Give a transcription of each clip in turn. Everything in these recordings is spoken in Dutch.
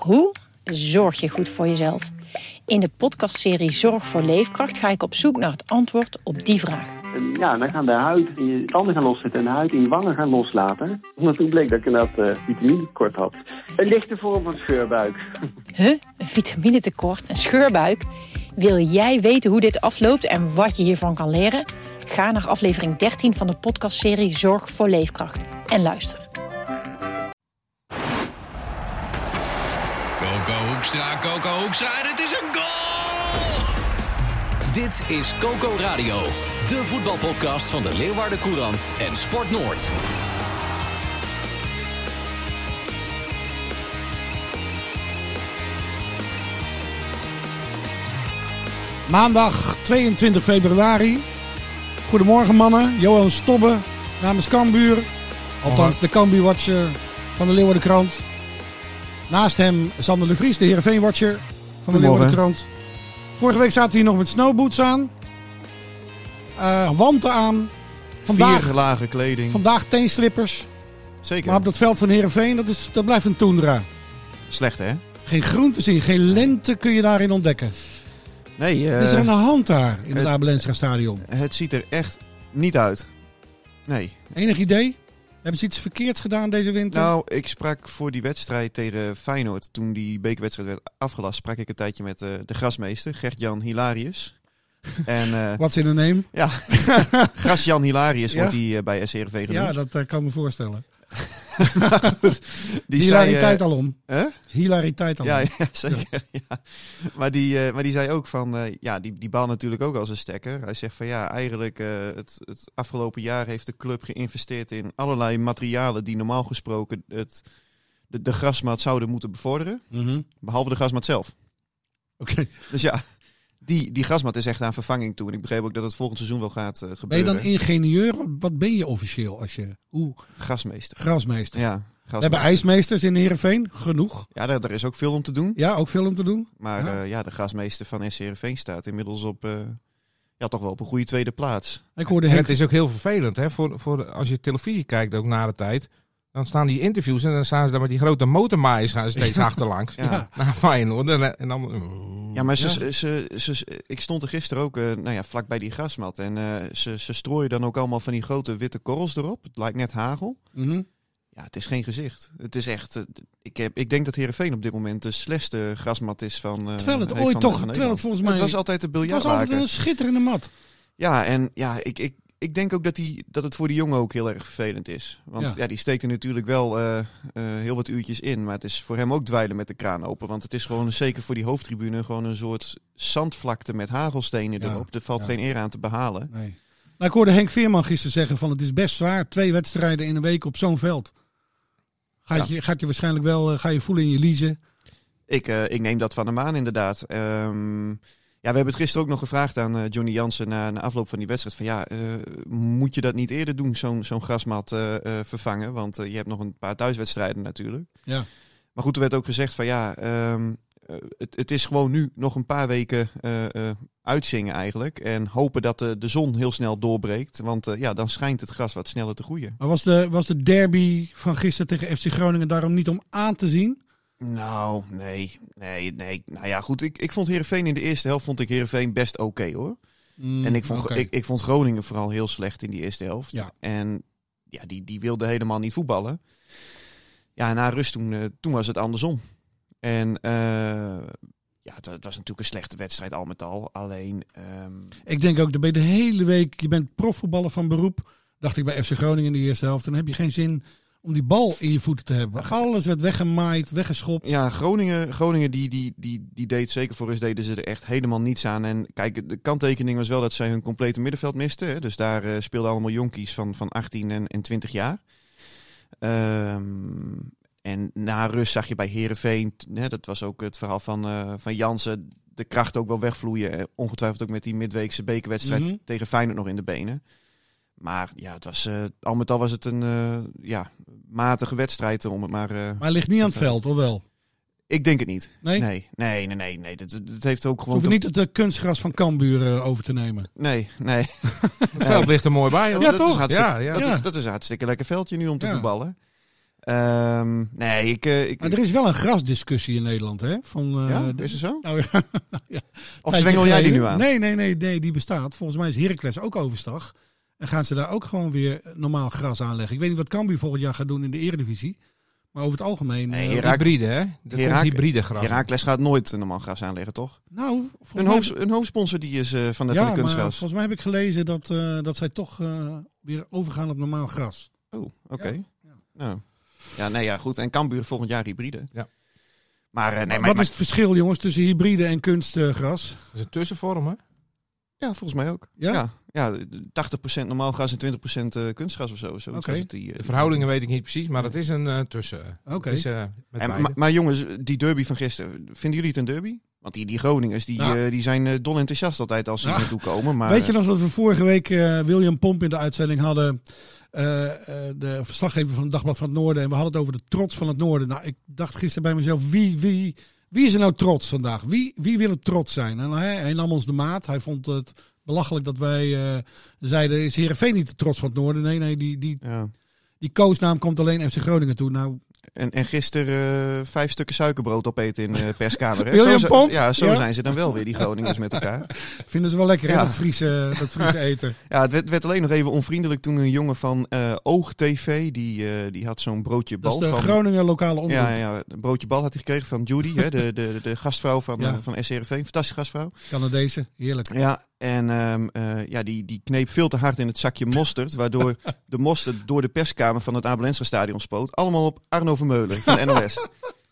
Hoe zorg je goed voor jezelf? In de podcastserie Zorg voor Leefkracht ga ik op zoek naar het antwoord op die vraag. Ja, dan gaan de huid in je tanden gaan loszetten en de huid in je wangen gaan loslaten. Omdat toen bleek dat ik inderdaad vitaminetekort had. Een lichte vorm van scheurbuik. Een vitaminetekort, een scheurbuik? Wil jij weten hoe dit afloopt en wat je hiervan kan leren? Ga naar aflevering 13 van de podcastserie Zorg voor Leefkracht en luister. Coco Hoekstra, en het is een goal! Dit is Coco Radio, de voetbalpodcast van de Leeuwarden Courant en Sport Noord. Maandag 22 februari. Goedemorgen mannen, Johan Stobbe namens Cambuur. Althans de Cambuur-watcher van de Leeuwarden Krant. Naast hem Sander de Vries, de Heerenveen-watcher van de Leeuwarden Krant. Vorige week zaten we hier nog met snowboots aan. Wanten aan. Vandaag, 4 lagen kleding. Vandaag teenslippers. Zeker. Maar op dat veld van Heerenveen, dat blijft een toendra. Slecht, hè? Geen groen te zien, geen lente kun je daarin ontdekken. Nee. Wat is er aan de hand daar in het Abel Enstra stadion? Het ziet er echt niet uit. Nee. Enig idee? Hebben ze iets verkeerds gedaan deze winter? Nou, ik sprak voor die wedstrijd tegen Feyenoord. Toen die bekerwedstrijd werd afgelast, sprak ik een tijdje met de grasmeester, Gert-Jan Hilarius. What's in the name? Ja, Gras-Jan Hilarius wordt hij bij SC Heerenveen genoemd. Ja, dat kan ik me voorstellen. Die hilariteit zei, alom. Hilariteit alom. Ja, zeker. Ja. Maar die zei ook van, die baal natuurlijk ook als een stekker. Hij zegt van eigenlijk het afgelopen jaar heeft de club geïnvesteerd in allerlei materialen die normaal gesproken de grasmat zouden moeten bevorderen. Mm-hmm. Behalve de grasmat zelf. Oké. Dus ja, die grasmat is echt aan vervanging toe. En ik begreep ook dat het volgend seizoen wel gaat gebeuren. Ben je dan ingenieur? Wat ben je officieel? Grasmeester. Grasmeester. Ja. We hebben ijsmeesters in Heerenveen, genoeg. Ja, daar is ook veel om te doen. Ja, ook veel om te doen. Maar de grasmeester van SC Heerenveen staat inmiddels op toch wel op een goede tweede plaats. Het is ook heel vervelend, hè? Voor als je televisie kijkt, ook na de tijd. Dan staan die interviews en dan staan ze daar met die grote motormaaiers gaan steeds achterlangs. Ja. Naar Feyenoord. En dan... Ja, maar ik stond er gisteren ook vlak bij die grasmat. En ze strooien dan ook allemaal van die grote witte korrels erop. Het lijkt net hagel. Mm-hmm. Ja, het is geen gezicht. Het is echt... Ik denk dat Heerenveen op dit moment de slechtste grasmat is van... terwijl het ooit toch... Terwijl het volgens mij... Het was altijd de biljartbaken. Het was altijd een schitterende mat. Ja, en ik denk ook dat het voor die jongen ook heel erg vervelend is. Want die steekt er natuurlijk wel heel wat uurtjes in. Maar het is voor hem ook dweilen met de kraan open. Want het is gewoon, zeker voor die hoofdtribune, gewoon een soort zandvlakte met hagelstenen erop. Er valt geen eer aan te behalen. Nee. Nou, ik hoorde Henk Veerman gisteren zeggen van het is best zwaar. 2 wedstrijden in een week op zo'n veld. Gaat je waarschijnlijk wel, ga je voelen in je liezen? Ik neem dat van hem aan inderdaad. We hebben het gisteren ook nog gevraagd aan Johnny Jansen na afloop van die wedstrijd. Moet je dat niet eerder doen, zo'n grasmat vervangen? Want je hebt nog een paar thuiswedstrijden natuurlijk. Ja. Maar goed, er werd ook gezegd van het is gewoon nu nog een paar weken uitzingen eigenlijk. En hopen dat de zon heel snel doorbreekt. Want dan schijnt het gras wat sneller te groeien. Maar was de derby van gisteren tegen FC Groningen daarom niet om aan te zien? Nou, nee. Nou ja, goed. Ik vond Heerenveen in de eerste helft best oké, hoor. En ik vond Groningen vooral heel slecht in die eerste helft. Ja. En die wilde helemaal niet voetballen. Ja, na rust toen was het andersom. En het was natuurlijk een slechte wedstrijd al met al. Alleen... Ik denk ook, dan ben je de hele week... Je bent profvoetballer van beroep. Dacht ik bij FC Groningen in de eerste helft. Dan heb je geen zin om die bal in je voeten te hebben. Alles werd weggemaaid, weggeschopt. Ja, Groningen die deed, zeker voor rust deden ze er echt helemaal niets aan. En kijk, de kanttekening was wel dat zij hun complete middenveld misten. Hè? Dus daar speelden allemaal jonkies van 18 en 20 jaar. En na rust zag je bij Heerenveen, dat was ook het verhaal van Jansen, de kracht ook wel wegvloeien. Ongetwijfeld ook met die midweekse bekerwedstrijd tegen Feyenoord nog in de benen. Maar het was, al met al was het een matige wedstrijd. Maar hij ligt niet aan het veld, of wel? Ik denk het niet. Nee? Nee. Dat heeft ook gewoon... Hoef je niet het kunstgras van Cambuur over te nemen? Nee. Het veld ligt er mooi bij. Hoor. Ja, toch? Dat is een hartstikke lekker veldje nu om te voetballen. Nee, Maar er is wel een grasdiscussie in Nederland, hè? Is het zo? Nou, ja. Of zwengel jij die nu aan? Nee, die bestaat. Volgens mij is Heracles ook Overstag. En gaan ze daar ook gewoon weer normaal gras aanleggen. Ik weet niet wat Cambuur volgend jaar gaat doen in de Eredivisie. Maar over het algemeen... hybride, hè? Hybride gras. Heracles gaat nooit normaal gras aanleggen, toch? Nou, Een hoofdsponsor die is van de kunstgras. Maar volgens mij heb ik gelezen dat zij toch weer overgaan op normaal gras. Oh, oké. Ja. Nou. Goed. En Cambuur volgend jaar hybride. Ja. Maar wat is het verschil, jongens, tussen hybride en kunstgras? Dat is een tussenvorm, hè? Ja, volgens mij ook. Ja, 80% normaal gras en 20% kunstgras of zo. Oké. De verhoudingen weet ik niet precies, maar het is een tussen. Oké. Maar jongens, die derby van gisteren, vinden jullie het een derby? Want die Groningers, die zijn dol enthousiast altijd als ze hier naartoe komen. Maar, weet je nog dat we vorige week William Pomp in de uitzending hadden... de verslaggever van het Dagblad van het Noorden. En we hadden het over de trots van het Noorden. Nou, ik dacht gisteren bij mezelf, wie is er nou trots vandaag? Wie wil het trots zijn? En hij nam ons de maat. Hij vond het belachelijk dat wij zeiden, is Heerenveen niet de trots van het Noorden? Nee, die koosnaam komt alleen FC Groningen toe. Nou... En gisteren 5 stukken suikerbrood opeten in de perskamer. Hè? William Pomp? Zo zijn ze dan wel weer, die Groningers met elkaar. Vinden ze wel lekker, hè, dat Friese eten. Ja, het werd alleen nog even onvriendelijk toen een jongen van Oog TV, die had zo'n broodje bal. Dat is de Groningen lokale omroep. Ja, een broodje bal had hij gekregen van Judy, hè, de gastvrouw van SC Heerenveen. Fantastische gastvrouw. Canadese, heerlijk. Ja, en die kneep veel te hard in het zakje mosterd, waardoor de mosterd door de perskamer van het Abel Enstra stadion spoot. Allemaal op Arno Vermeulen van de NOS.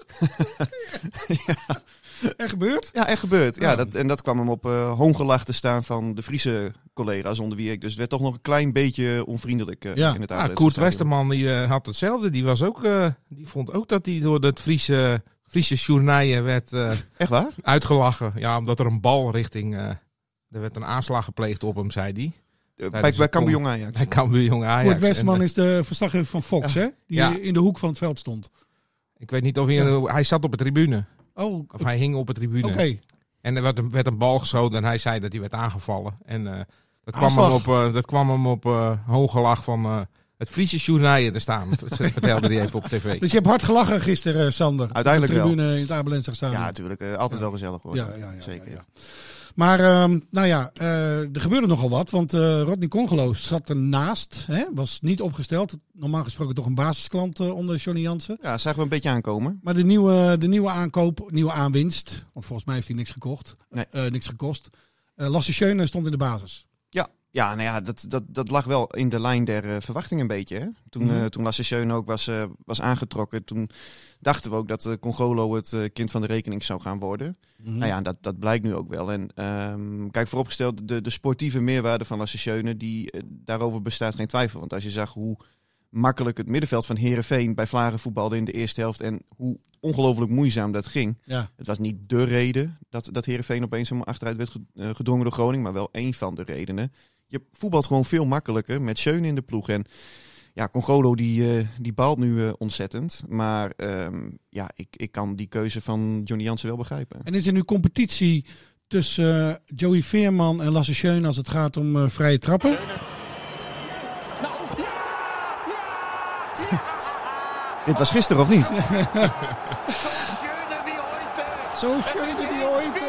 Ja. Echt gebeurd? Ja, echt gebeurd. Ja, dat kwam hem op hoongelach te staan van de Friese collega's onder wie ik. Dus het werd toch nog een klein beetje onvriendelijk in het Abel Koert Westerman die had hetzelfde. Die was ook, die vond ook dat hij door het Friese journaille werd echt waar? Uitgelachen. Ja, omdat er een bal richting... er werd een aanslag gepleegd op hem, zei hij. Bij Cambuur Jong Ajax. Bij Cambuur Jong Ajax. Koert Westerman is de verslaggever van Fox, hè? Die in de hoek van het veld stond. Ik weet niet of hij zat op de tribune. Oh. Of hij hing op de tribune. Oké. En er werd een bal geschoten en hij zei dat hij werd aangevallen. En dat kwam hem op hoongelach van het Friese journaille te staan. Vertelde hij even op tv. Dus je hebt hard gelachen gisteren, Sander. Uiteindelijk op de tribune wel. in het Abel Enstra stadion. Ja, natuurlijk. Altijd wel gezellig hoor. Ja, zeker. Ja. Maar er gebeurde nogal wat, want Rodney Congolo zat ernaast, was niet opgesteld. Normaal gesproken toch een basisklant onder Johnny Jansen. Ja, zagen we een beetje aankomen. Maar de nieuwe aankoop, nieuwe aanwinst, want volgens mij heeft hij niks gekocht, niks gekost. Lasse Schöne stond in de basis. Ja, nou ja, dat lag wel in de lijn der verwachting een beetje. Hè? Toen Lasse Schöne ook was aangetrokken, toen dachten we ook dat Congolo het kind van de rekening zou gaan worden. Nou ja, dat blijkt nu ook wel. En kijk, vooropgesteld, de sportieve meerwaarde van Lasse Schöne, daarover bestaat geen twijfel. Want als je zag hoe makkelijk het middenveld van Heerenveen bij Vlagen voetbalde in de eerste helft en hoe ongelooflijk moeizaam dat ging. Ja. Het was niet de reden dat Heerenveen opeens helemaal achteruit werd gedrongen door Groningen, maar wel één van de redenen. Je voetbalt gewoon veel makkelijker met Schöne in de ploeg. En ja, Congolo die baalt nu ontzettend. Maar ik kan die keuze van Johnny Jansen wel begrijpen. En is er nu competitie tussen Joey Veerman en Lasse Schöne als het gaat om vrije trappen? Dit was gisteren of niet? Zo Schöne die ooit.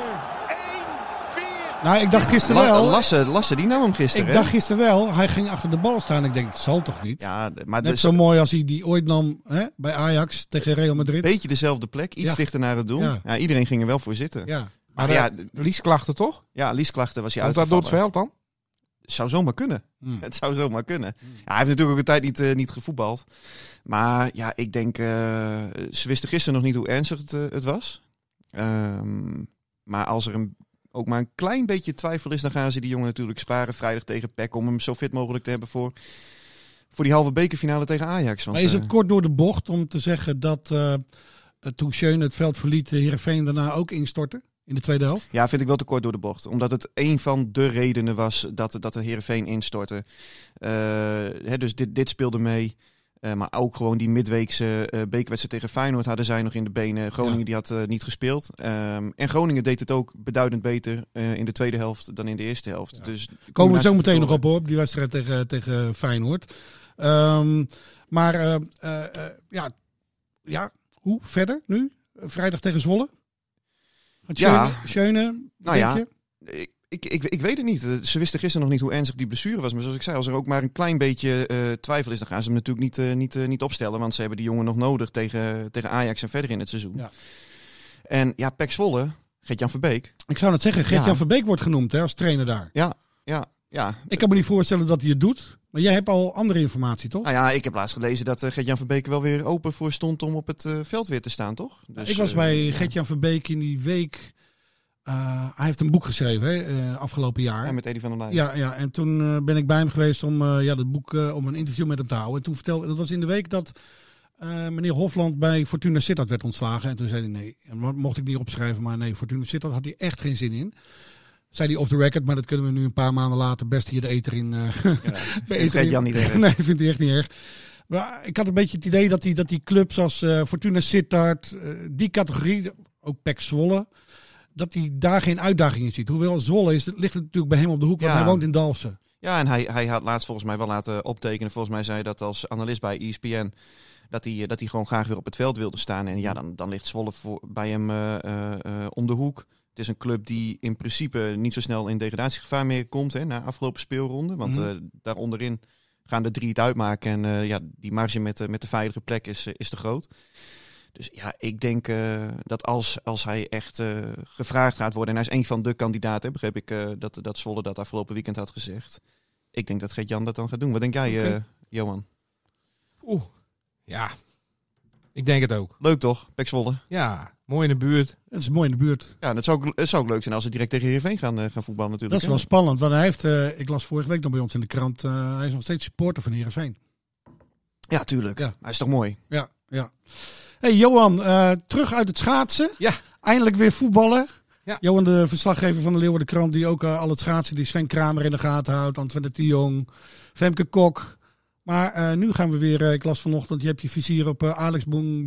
Nou, ik dacht gisteren wel... Lasse, die nam hem gisteren. Ik dacht gisteren wel, hij ging achter de bal staan. Ik denk, het zal toch niet? Ja, maar net zo mooi als hij die ooit nam bij Ajax tegen Real Madrid. Beetje dezelfde plek, iets dichter naar het doel. Ja, iedereen ging er wel voor zitten. Ja. Maar liesklachten toch? Ja, liesklachten was hij uitgevallen. Komt dat door het veld dan? Het zou zomaar kunnen. Het zou zomaar kunnen. Ja, hij heeft natuurlijk ook een tijd niet gevoetbald. Maar ja, ik denk... ze wisten gisteren nog niet hoe ernstig het was. Maar als er ook maar een klein beetje twijfel is, dan gaan ze die jongen natuurlijk sparen vrijdag tegen PEC om hem zo fit mogelijk te hebben voor die halve bekerfinale tegen Ajax. Want, maar is het kort door de bocht om te zeggen dat toen Schöne het veld verliet, Heerenveen daarna ook instortte in de tweede helft? Ja, vind ik wel te kort door de bocht. Omdat het een van de redenen was dat de Heerenveen instortte. Dus dit speelde mee. Maar ook gewoon die midweekse bekerwedstrijd tegen Feyenoord hadden zij nog in de benen. Groningen die had niet gespeeld. En Groningen deed het ook beduidend beter in de tweede helft dan in de eerste helft. Ja. Dus komen we zo meteen nog op die wedstrijd tegen Feyenoord. Hoe verder nu? Vrijdag tegen Zwolle? Schöne, Ik weet het niet. Ze wisten gisteren nog niet hoe ernstig die blessure was. Maar zoals ik zei, als er ook maar een klein beetje twijfel is, dan gaan ze hem natuurlijk niet opstellen. Want ze hebben die jongen nog nodig tegen Ajax en verder in het seizoen. Ja. En ja, PEC Zwolle, Gert-Jan Verbeek. Ik zou net zeggen, Gert-Jan Verbeek wordt genoemd als trainer daar. Ja. Ik kan me niet voorstellen dat hij het doet. Maar jij hebt al andere informatie, toch? Nou ja, ik heb laatst gelezen dat Gert-Jan Verbeek wel weer open voor stond om op het veld weer te staan, toch? Dus, ik was bij Gert-Jan Verbeek in die week. Hij heeft een boek geschreven afgelopen jaar. Ja, met Eddie van der Leyen. Ja, en toen ben ik bij hem geweest om dat boek om een interview met hem te houden. En toen vertelde, dat was in de week dat meneer Hofland bij Fortuna Sittard werd ontslagen. En toen zei hij nee. En mocht ik niet opschrijven, maar nee, Fortuna Sittard had hij echt geen zin in. Zei hij off the record, maar dat kunnen we nu een paar maanden later best hier de eter in. Vindt Jan niet erg. Nee, vindt hij echt niet erg. Maar ik had een beetje het idee dat die clubs als Fortuna Sittard, die categorie, ook PEC Zwolle, dat hij daar geen uitdaging in ziet. Hoewel Zwolle ligt het natuurlijk bij hem op de hoek, want hij woont in Dalfsen. Ja, en hij had laatst volgens mij wel laten optekenen. Volgens mij zei hij dat als analist bij ESPN, dat hij gewoon graag weer op het veld wilde staan. En ja, dan ligt Zwolle bij hem om de hoek. Het is een club die in principe niet zo snel in degradatiegevaar meer komt na afgelopen speelronde. Want daar onderin gaan de 3 het uitmaken. En die marge met de veilige plek is te groot. Dus ja, ik denk dat als hij echt gevraagd gaat worden, en hij is een van de kandidaten, begreep ik dat Zwolle dat afgelopen weekend had gezegd. Ik denk dat Gert-Jan dat dan gaat doen. Wat denk jij, Johan? Ja, ik denk het ook. Leuk toch, PEC Zwolle? Ja, mooi in de buurt. Het is mooi in de buurt. Ja, het zou ook leuk zijn als ze direct tegen Heerenveen gaan voetballen natuurlijk. Dat is wel spannend, want hij heeft, ik las vorige week nog bij ons in de krant, hij is nog steeds supporter van Heerenveen. Ja, tuurlijk. Ja. Hij is toch mooi? Ja. Hey Johan, terug uit het schaatsen. Ja. Eindelijk weer voetballen. Ja. Johan, de verslaggever van de Leeuwardenkrant, die ook al het schaatsen, die Sven Kramer in de gaten houdt, Antwerp de Jong, Femke Kok. Maar nu gaan we weer, ik las vanochtend, je hebt je vizier op Alex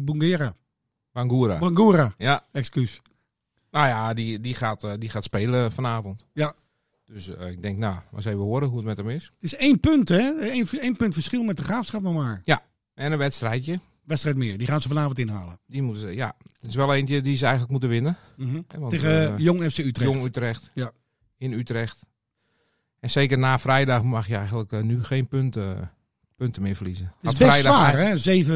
Bangura. Ja. Excuus. Nou ja, die gaat spelen vanavond. Ja. Dus ik denk, maar eens even horen hoe het met hem is. Het is 1 punt, hè? 1 punt verschil met de Graafschap nog maar. Ja, en een wedstrijdje. Wedstrijd meer, die gaan ze vanavond inhalen. Die moeten ze, ja. Het is wel eentje die ze eigenlijk moeten winnen. Mm-hmm. Want, tegen Jong FC Utrecht. Jong Utrecht. Ja. In Utrecht. En zeker na vrijdag mag je eigenlijk nu geen punten meer verliezen. Het is best zwaar, hè?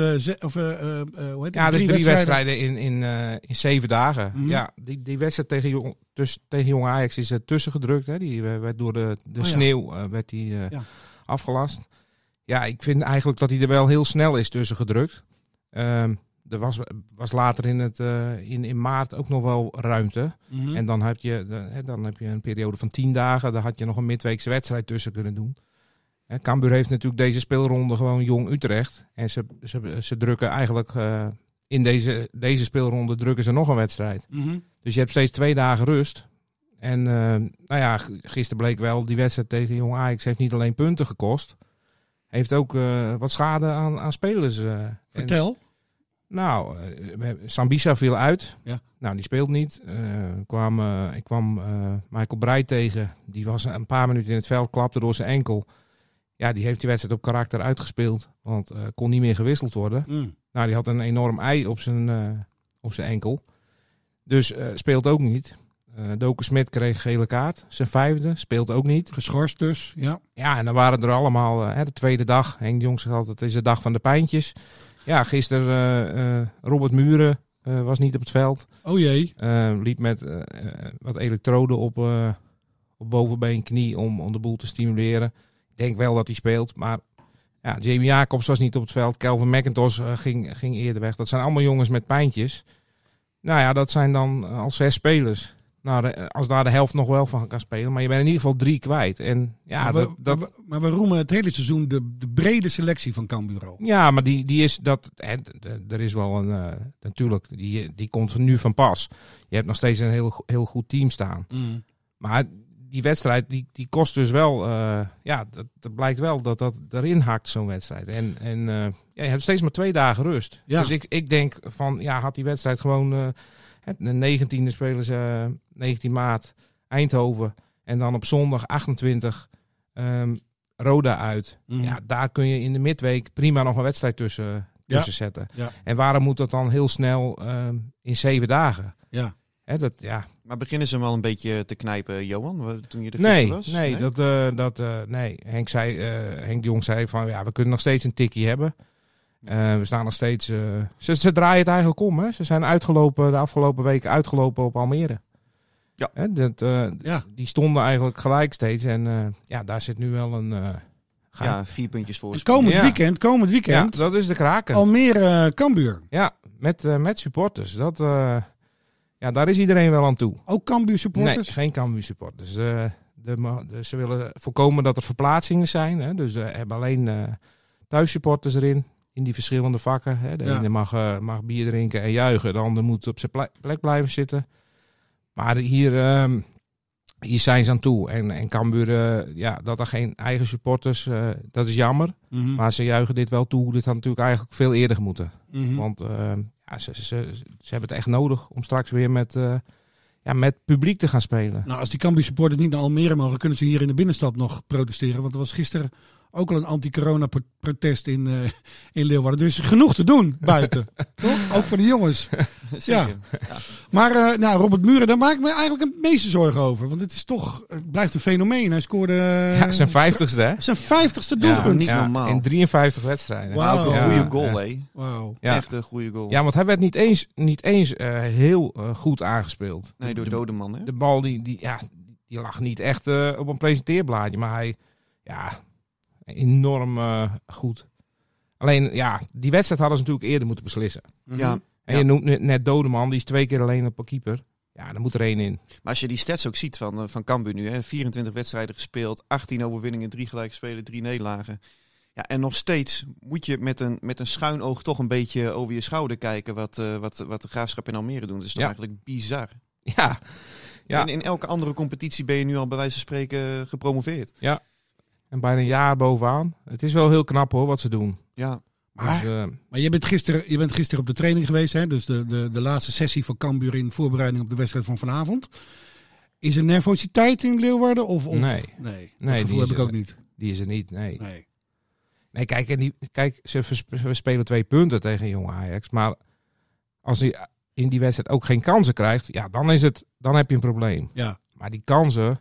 3 wedstrijden in 7 dagen. Mm-hmm. Ja, die wedstrijd tegen Jong Ajax is tussen gedrukt. Hè? Die werd door de sneeuw werd die, afgelast. Ja, ik vind eigenlijk dat hij er wel heel snel is tussen gedrukt. Er was later in maart ook nog wel ruimte. Mm-hmm. En dan heb je een periode van 10 dagen. Daar had je nog een midweekse wedstrijd tussen kunnen doen. Cambuur heeft natuurlijk deze speelronde gewoon Jong Utrecht. En ze drukken eigenlijk in deze speelronde drukken ze nog een wedstrijd. Mm-hmm. Dus je hebt steeds 2 dagen rust. En gisteren bleek wel, die wedstrijd tegen Jong Ajax heeft niet alleen punten gekost. Heeft ook wat schade aan spelers. Vertel. Sambisa viel uit. Ja. Nou, die speelt niet. Ik kwam Michael Breij tegen. Die was een paar minuten in het veld, klapte door zijn enkel. Ja, die heeft die wedstrijd op karakter uitgespeeld. Want kon niet meer gewisseld worden. Mm. Nou, die had een enorm ei op zijn enkel. Dus speelt ook niet. Doke Smit kreeg gele kaart. Zijn 5e, speelt ook niet. Geschorst dus, ja. Ja, en dan waren er allemaal de tweede dag. Henk de Jong zegt altijd, het is de dag van de pijntjes. Ja, gisteren Robert Muren was niet op het veld. Oh jee. Liep met wat elektroden op bovenbeen, knie om de boel te stimuleren. Ik denk wel dat hij speelt, maar ja, Jamie Jacobs was niet op het veld. Kelvin McIntosh ging eerder weg. Dat zijn allemaal jongens met pijntjes. Nou ja, dat zijn dan al 6 spelers. Nou, als daar de helft nog wel van kan spelen. Maar je bent in ieder geval 3 kwijit. En, ja, maar we roemen het hele seizoen de brede selectie van Cambuur al. Ja, maar die is dat. Er is wel een. Natuurlijk, die komt nu van pas. Je hebt nog steeds een heel goed team staan. Mm. Maar die wedstrijd, die kost dus wel. Dat blijkt wel dat erin hakt, zo'n wedstrijd. En je hebt steeds maar 2 dagen rust. Ja. Dus ik denk van, had die wedstrijd gewoon. De 19e spelen ze 19 maart Eindhoven. En dan op zondag 28 Roda uit. Mhm. Ja, daar kun je in de midweek prima nog een wedstrijd tussen zetten. Ja. En waarom moet dat dan heel snel in 7 dagen? Ja. Maar beginnen ze hem al een beetje te knijpen, Johan, toen je er gisteren was? Nee. Henk de Jong zei van, we kunnen nog steeds een tikkie hebben. We staan nog steeds... Ze draaien het eigenlijk om. Hè? Ze zijn de afgelopen weken uitgelopen op Almere. Ja. Die stonden eigenlijk gelijk steeds. En daar zit nu wel een... 4 puntjes voor. Dus komend weekend. Ja, dat is de kraken. Almere Cambuur. Ja, met supporters. Daar is iedereen wel aan toe. Ook Cambuur supporters? Nee, geen Cambuur supporters. Ze willen voorkomen dat er verplaatsingen zijn. Hè? Dus hebben alleen thuissupporters erin. In die verschillende vakken. Hè? De ene mag bier drinken en juichen. De ander moet op zijn plek blijven zitten. Maar hier zijn ze aan toe. En Cambuur, dat er geen eigen supporters, dat is jammer. Mm-hmm. Maar ze juichen dit wel toe. Dit had natuurlijk eigenlijk veel eerder moeten. Mm-hmm. Want ze hebben het echt nodig om straks weer met publiek te gaan spelen. Nou, als die Cambuur supporters niet naar Almere mogen, kunnen ze hier in de binnenstad nog protesteren. Want er was gisteren ook al een anti-corona-protest in Leeuwarden. Dus genoeg te doen buiten. Toch? Ook voor de jongens. Ja. Maar Robert Muren, daar maak ik me eigenlijk het meeste zorgen over. Want het blijft een fenomeen. Hij scoorde... zijn 50ste, hè? Zijn 50ste doelpunt. Niet normaal. In 53 wedstrijden. Wauw. Ook een goede goal, hè? Wauw. Ja. Echt een goede goal. Ja, want hij werd niet eens heel goed aangespeeld. Nee, door Dodeman, hè? De bal die lag niet echt op een presenteerblaadje. Maar hij... enorm goed. Alleen, die wedstrijd hadden ze natuurlijk eerder moeten beslissen. Ja. En je noemt net Dodeman, die is 2 keer alleen op een keeper. Ja, daar moet er 1 in. Maar als je die stats ook ziet van Cambuur nu, hè, 24 wedstrijden gespeeld, 18 overwinningen, 3 gelijke spelen, 3 nederlagen. Ja, en nog steeds moet je met een schuin oog toch een beetje over je schouder kijken wat de Graafschap in Almere doen. Dat is toch eigenlijk bizar. Ja. Ja. In elke andere competitie ben je nu al bij wijze van spreken gepromoveerd. Ja. En bijna een jaar bovenaan. Het is wel heel knap hoor, wat ze doen. Ja. Maar je bent gisteren op de training geweest, hè? Dus de laatste sessie van Cambuur in voorbereiding op de wedstrijd van vanavond. Is er nervositeit in Leeuwarden? Of? Nee. Dat gevoel heb ik ook niet. Die is er niet, nee. Nee, kijk, we spelen 2 punten tegen Jong Ajax. Maar als hij in die wedstrijd ook geen kansen krijgt, dan heb je een probleem. Ja. Maar die kansen,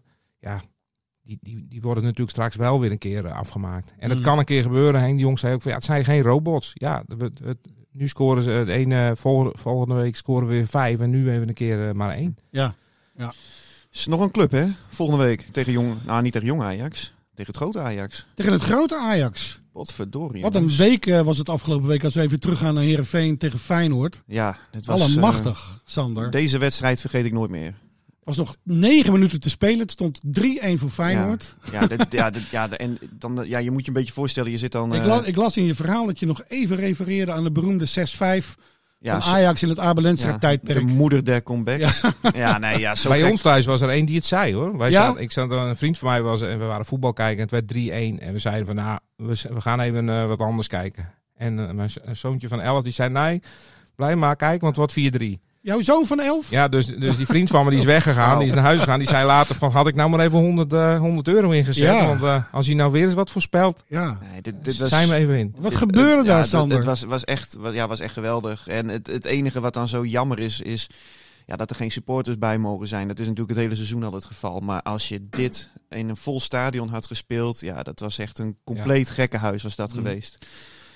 die worden natuurlijk straks wel weer een keer afgemaakt. En dat kan een keer gebeuren. Henk de Jong zei ook van, het zijn geen robots. Ja, nu scoren ze volgende week scoren we weer 5 en nu even een keer maar 1. Ja. Is nog een club, hè? Volgende week tegen niet tegen Jong Ajax, tegen het grote Ajax. Tegen het grote Ajax. Potverdorie. Wat een week was het afgelopen week als we even teruggaan naar Heerenveen tegen Feyenoord. Ja, het was allemachtig, Sander. Deze wedstrijd vergeet ik nooit meer. Was nog 9 minuten te spelen. Het stond 3-1 voor Feyenoord. En dan, je moet je een beetje voorstellen, je zit dan... Ik las in je verhaal dat je nog even refereerde aan de beroemde 6-5 van Ajax in het Abel Enstra tijdperk. De moeder der comebacks. Zo bij gek. ons thuis was er één die het zei hoor. Een vriend van mij was en we waren voetbal kijken en het werd 3-1. En we zeiden van we gaan even wat anders kijken. En mijn zoontje van 11 die zei nee, blijf maar kijken want het wordt 4-3. Jouw zoon van 11? Ja, dus die vriend van me die is weggegaan, die is naar huis gegaan. Die zei later van, had ik nou maar even 100 euro ingezet. Ja. Want als hij nou weer eens wat voorspelt, dit was, zijn we even in. Wat gebeurde daar, Sander? Het was echt geweldig. En het enige wat dan zo jammer is dat er geen supporters bij mogen zijn. Dat is natuurlijk het hele seizoen al het geval. Maar als je dit in een vol stadion had gespeeld, dat was echt een compleet gekkenhuis was dat geweest.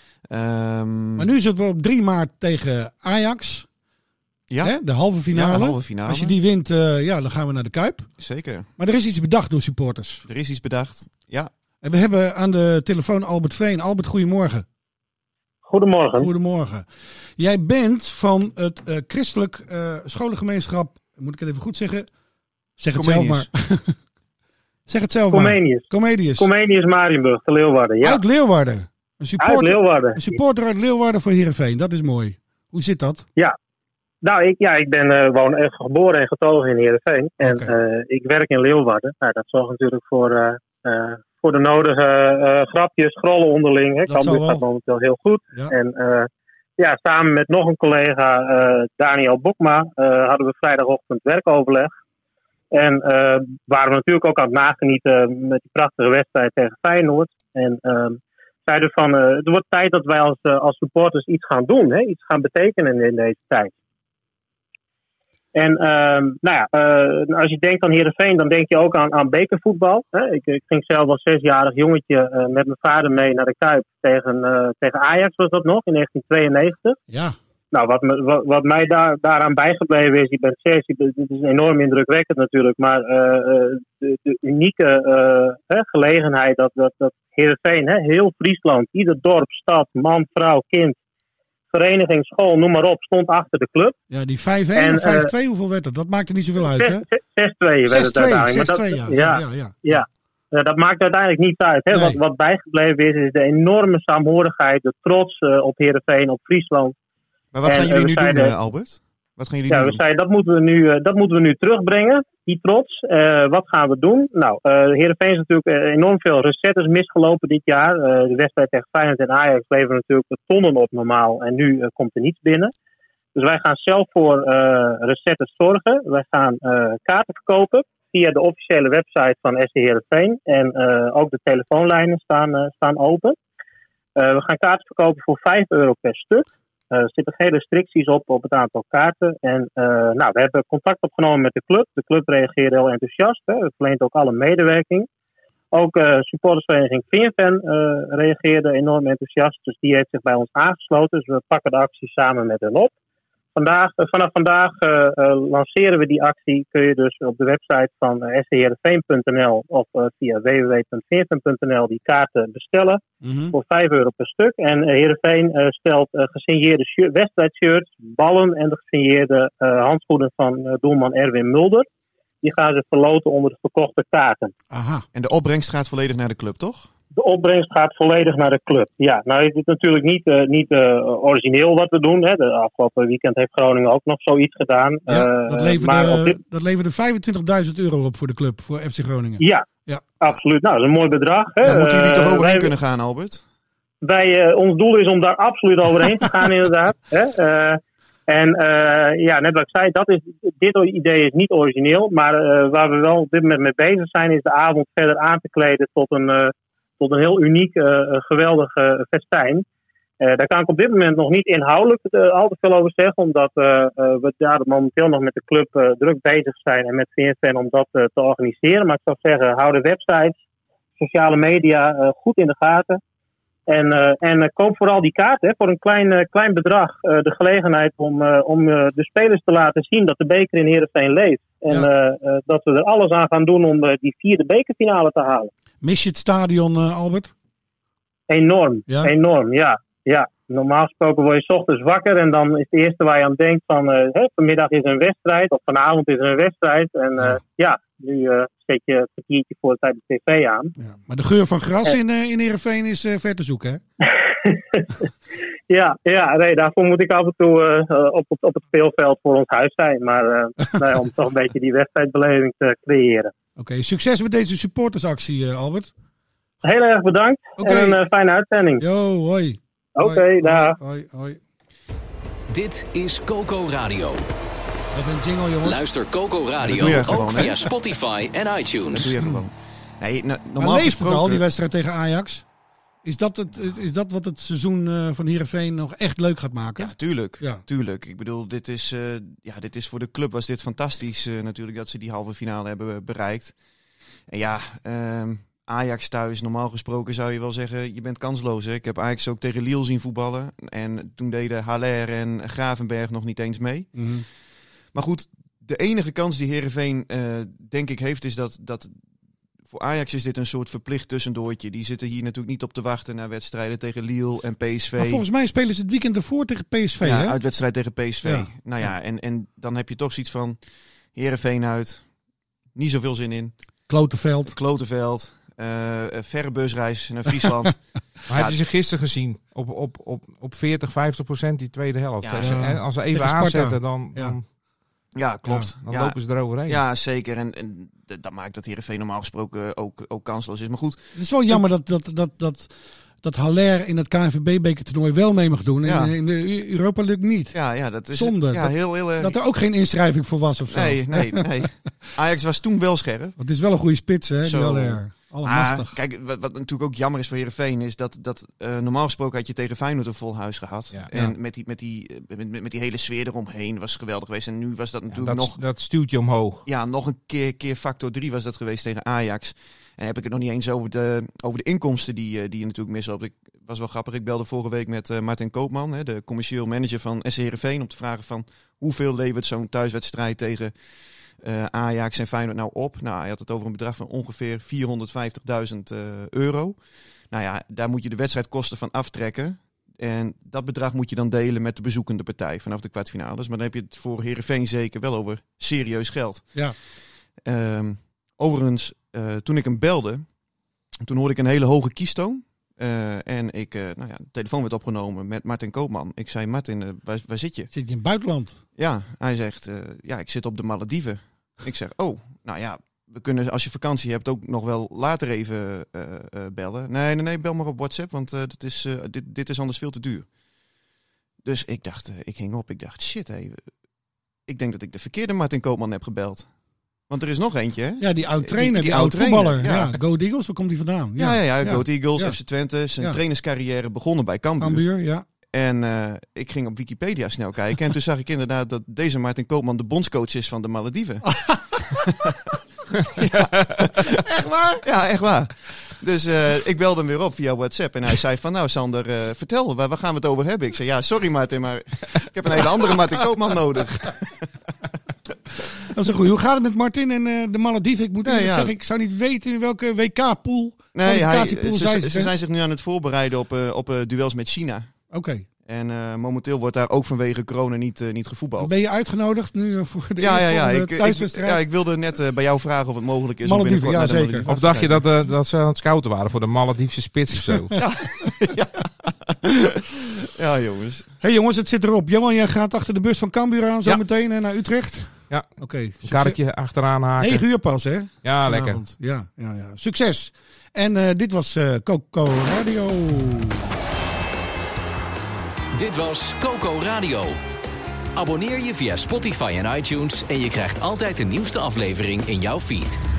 Maar nu zitten we op 3 maart tegen Ajax. Ja. Hè? De halve finale. Ja, de halve finale. Als je die wint, dan gaan we naar de Kuip. Zeker. Maar er is iets bedacht door supporters. Er is iets bedacht, ja. En we hebben aan de telefoon Albert Veen. Albert, goedemorgen. Goedemorgen. Goedemorgen. Jij bent van het christelijk scholengemeenschap, moet ik het even goed zeggen? Zeg het Comenius. zelf maar. Zeg het zelf Comenius. maar. Comenius. Comenius Marienburg, te Leeuwarden. Ja. Uit Leeuwarden. Uit Leeuwarden. Een supporter uit Leeuwarden voor Heerenveen. Dat is mooi. Hoe zit dat? Ja. Nou, ik ben gewoon echt geboren en getogen in Heerenveen. En ik werk in Leeuwarden. Nou, dat zorgt natuurlijk voor de nodige grapjes, scrollen onderling. Dat gaat momenteel heel goed. Ja. En samen met nog een collega, Daniel Bokma, hadden we vrijdagochtend werkoverleg. En waren we natuurlijk ook aan het nagenieten met die prachtige wedstrijd tegen Feyenoord. En zeiden van, het wordt tijd dat wij als supporters iets gaan doen. Hè? Iets gaan betekenen in deze tijd. En als je denkt aan Heerenveen, dan denk je ook aan bekervoetbal. Hè? Ik ging zelf als 6-jarig jongetje met mijn vader mee naar de Kuip tegen Ajax, was dat nog, in 1992. Ja. Nou, wat mij daaraan bijgebleven is, je bent 6, het is enorm indrukwekkend natuurlijk, maar de unieke gelegenheid dat Heerenveen, heel Friesland, ieder dorp, stad, man, vrouw, kind, vereniging, school, noem maar op, stond achter de club. Ja, die 5-1 of 5-2, hoeveel werd het? Dat maakte niet zoveel uit, hè? 6-2 werd het uiteindelijk. 6-2, ja. Dat maakt uiteindelijk niet uit. Hè? Nee. Wat bijgebleven is de enorme saamhorigheid, de trots op Heerenveen, op Friesland. Maar wat gaan jullie nu doen, Albert? Wat gaan jullie nu doen? We zeiden, dat moeten we nu terugbrengen, die trots. Wat gaan we doen? Nou, Heerenveen is natuurlijk enorm veel recettes misgelopen dit jaar. De wedstrijd tegen Feyenoord en Ajax leveren natuurlijk de tonnen op normaal. En nu komt er niets binnen. Dus wij gaan zelf voor recettes zorgen. Wij gaan kaarten verkopen via de officiële website van SC Heerenveen. En ook de telefoonlijnen staan open. We gaan kaarten verkopen voor €5 per stuk. Er zitten geen restricties op het aantal kaarten. En we hebben contact opgenomen met de club. De club reageerde heel enthousiast. Het verleent ook alle medewerking. Ook supportersvereniging VinFan reageerde enorm enthousiast. Dus die heeft zich bij ons aangesloten. Dus we pakken de actie samen met hen op. Vanaf vandaag lanceren we die actie. Kun je dus op de website van scheerenveen.nl of via www.vinfan.nl die kaarten bestellen voor €5 per stuk. En Heerenveen stelt gesigneerde wedstrijdshirts, ballen en de gesigneerde handschoenen van doelman Erwin Mulder. Die gaan ze verloten onder de verkochte kaarten. Aha. En de opbrengst gaat volledig naar de club, toch? De opbrengst gaat volledig naar de club. Ja, nou is het natuurlijk niet origineel wat we doen. Hè. De afgelopen weekend heeft Groningen ook nog zoiets gedaan. Ja, dat leverde €25.000 op voor de club, voor FC Groningen. Ja. Absoluut. Nou, dat is een mooi bedrag. Hè. Ja, moeten jullie toch overheen kunnen gaan, Albert? Ons doel is om daar absoluut overheen te gaan, inderdaad. Hè. Net wat ik zei, dit idee is niet origineel. Maar waar we wel op dit moment mee bezig zijn, is de avond verder aan te kleden tot een heel uniek, geweldig festijn. Daar kan ik op dit moment nog niet inhoudelijk al te veel over zeggen, omdat we daar momenteel nog met de club druk bezig zijn en met VNFan om dat te organiseren. Maar ik zou zeggen, hou de websites, sociale media goed in de gaten. En koop vooral die kaart voor een klein bedrag. De gelegenheid om de spelers te laten zien dat de beker in Heerenveen leeft. En dat we er alles aan gaan doen om die 4e bekerfinale te halen. Mis je het stadion, Albert? Enorm, ja. Normaal gesproken word je 's ochtends wakker en dan is het eerste waar je aan denkt van vanmiddag is er een wedstrijd of vanavond is er een wedstrijd. En nu zet je een kwartiertje voor de tijd de tv aan. Ja, maar de geur van gras in Heerenveen is ver te zoeken, hè? Nee, daarvoor moet ik af en toe op het speelveld voor ons huis zijn. Maar om toch een beetje die wedstrijdbeleving te creëren. Oké, succes met deze supportersactie, Albert. Heel erg bedankt en een fijne uitzending. Jo, hoi. Oké, dag. Hoi. Dit is Coco Radio. Even een jingle, jongens. Luister Coco Radio ook via Spotify en iTunes. Dat doe je gewoon. Nee, normaal gesproken al die wedstrijd tegen Ajax. Is dat wat het seizoen van Heerenveen nog echt leuk gaat maken? Ja, tuurlijk. Ik bedoel, dit is voor de club was dit fantastisch natuurlijk dat ze die halve finale hebben bereikt. En Ajax thuis, normaal gesproken zou je wel zeggen, je bent kansloos. Hè? Ik heb Ajax ook tegen Lille zien voetballen. En toen deden Haller en Gravenberg nog niet eens mee. Mm-hmm. Maar goed, de enige kans die Heerenveen denk ik heeft is dat voor Ajax is dit een soort verplicht tussendoortje. Die zitten hier natuurlijk niet op te wachten naar wedstrijden tegen Lille en PSV. Maar volgens mij spelen ze het weekend ervoor tegen PSV, ja, hè? Uitwedstrijd tegen PSV. Ja. En dan heb je toch zoiets van Heerenveen uit. Niet zoveel zin in. Klotenveld. Verre busreis naar Friesland. Maar heb je ze gisteren gezien? Op 40-50% die tweede helft. Ja, als ze even aanzetten, dan ja, klopt. Dan lopen ze eroverheen. Ja, zeker. En dat maakt dat Heerenveen normaal gesproken ook kansloos is. Maar goed. Het is wel jammer dat dat Haller in het KNVB-bekertoernooi wel mee mag doen. Ja. En in de Europa lukt niet. Ja, dat is zonde. Ja, heel, dat er ook geen inschrijving voor was of zo. Nee. Ajax was toen wel scherp. Want het is wel een goede spits, hè, die Haller. Kijk, wat natuurlijk ook jammer is voor Heerenveen is dat normaal gesproken had je tegen Feyenoord een vol huis gehad. Ja. En met die hele sfeer eromheen was geweldig geweest. En nu was dat natuurlijk dat stuwt je omhoog. Ja, nog een keer factor 3 was dat geweest tegen Ajax. En heb ik het nog niet eens over de inkomsten die je natuurlijk misloopt. Ik was wel grappig. Ik belde vorige week met Martin Koopman, de commercieel manager van SC Heerenveen, om te vragen van hoeveel levert zo'n thuiswedstrijd tegen Ajax en Feyenoord nou op. Nou, hij had het over een bedrag van ongeveer €450.000. Nou ja, daar moet je de wedstrijdkosten van aftrekken. En dat bedrag moet je dan delen met de bezoekende partij vanaf de kwartfinales. Maar dan heb je het voor Heerenveen zeker wel over serieus geld. Ja. Overigens, toen ik hem belde, toen hoorde ik een hele hoge kiestoon. En de telefoon werd opgenomen met Martin Koopman. Ik zei, Martin, waar zit je? Zit je in het buitenland? Ja, hij zegt, ik zit op de Malediven. Ik zeg, nou ja, we kunnen als je vakantie hebt ook nog wel later even bellen. Nee, bel maar op WhatsApp, want dit is anders veel te duur. Dus ik dacht, ik hing op. Ik dacht, shit, ik denk dat ik de verkeerde Martin Koopman heb gebeld. Want er is nog eentje, hè? Ja, die oud-trainer, die oud-voetballer. Ja. Go Eagles, waar komt die vandaan? Ja, Go Eagles, FC Twente. Zijn trainerscarrière begonnen bij Cambuur. Ja. En ik ging op Wikipedia snel kijken. En toen zag ik inderdaad dat deze Martin Koopman de bondscoach is van de Malediven. Ja. Echt waar? Ja, echt waar. Dus ik belde hem weer op via WhatsApp. En hij zei van, nou Sander, vertel, waar gaan we het over hebben? Ik zei, ja, sorry Martin, maar ik heb een hele andere Martin Koopman nodig. Dat is een goeie. Hoe gaat het met Martin en de Malediven? Ik moet eerlijk zeggen, ik zou niet weten in welke WK-pool. Ze zijn zich nu aan het voorbereiden op duels met China. Oké. En momenteel wordt daar ook vanwege corona niet gevoetbald. Ben je uitgenodigd nu voor de thuiswedstrijd? Ik wilde net bij jou vragen of het mogelijk is. Malediven, ja zeker. Of dacht je dat ze aan het scouten waren voor de Malediefse spits of zo? Ja, jongens. Hey jongens, het zit erop. Johan, jij gaat achter de bus van Cambuur aan zometeen naar Utrecht. Ja, oké. Karretje achteraan haken. 9 uur pas, hè? Ja, lekker. Ja. Succes. En dit was Coco Radio. Dit was Coco Radio. Abonneer je via Spotify en iTunes en je krijgt altijd de nieuwste aflevering in jouw feed.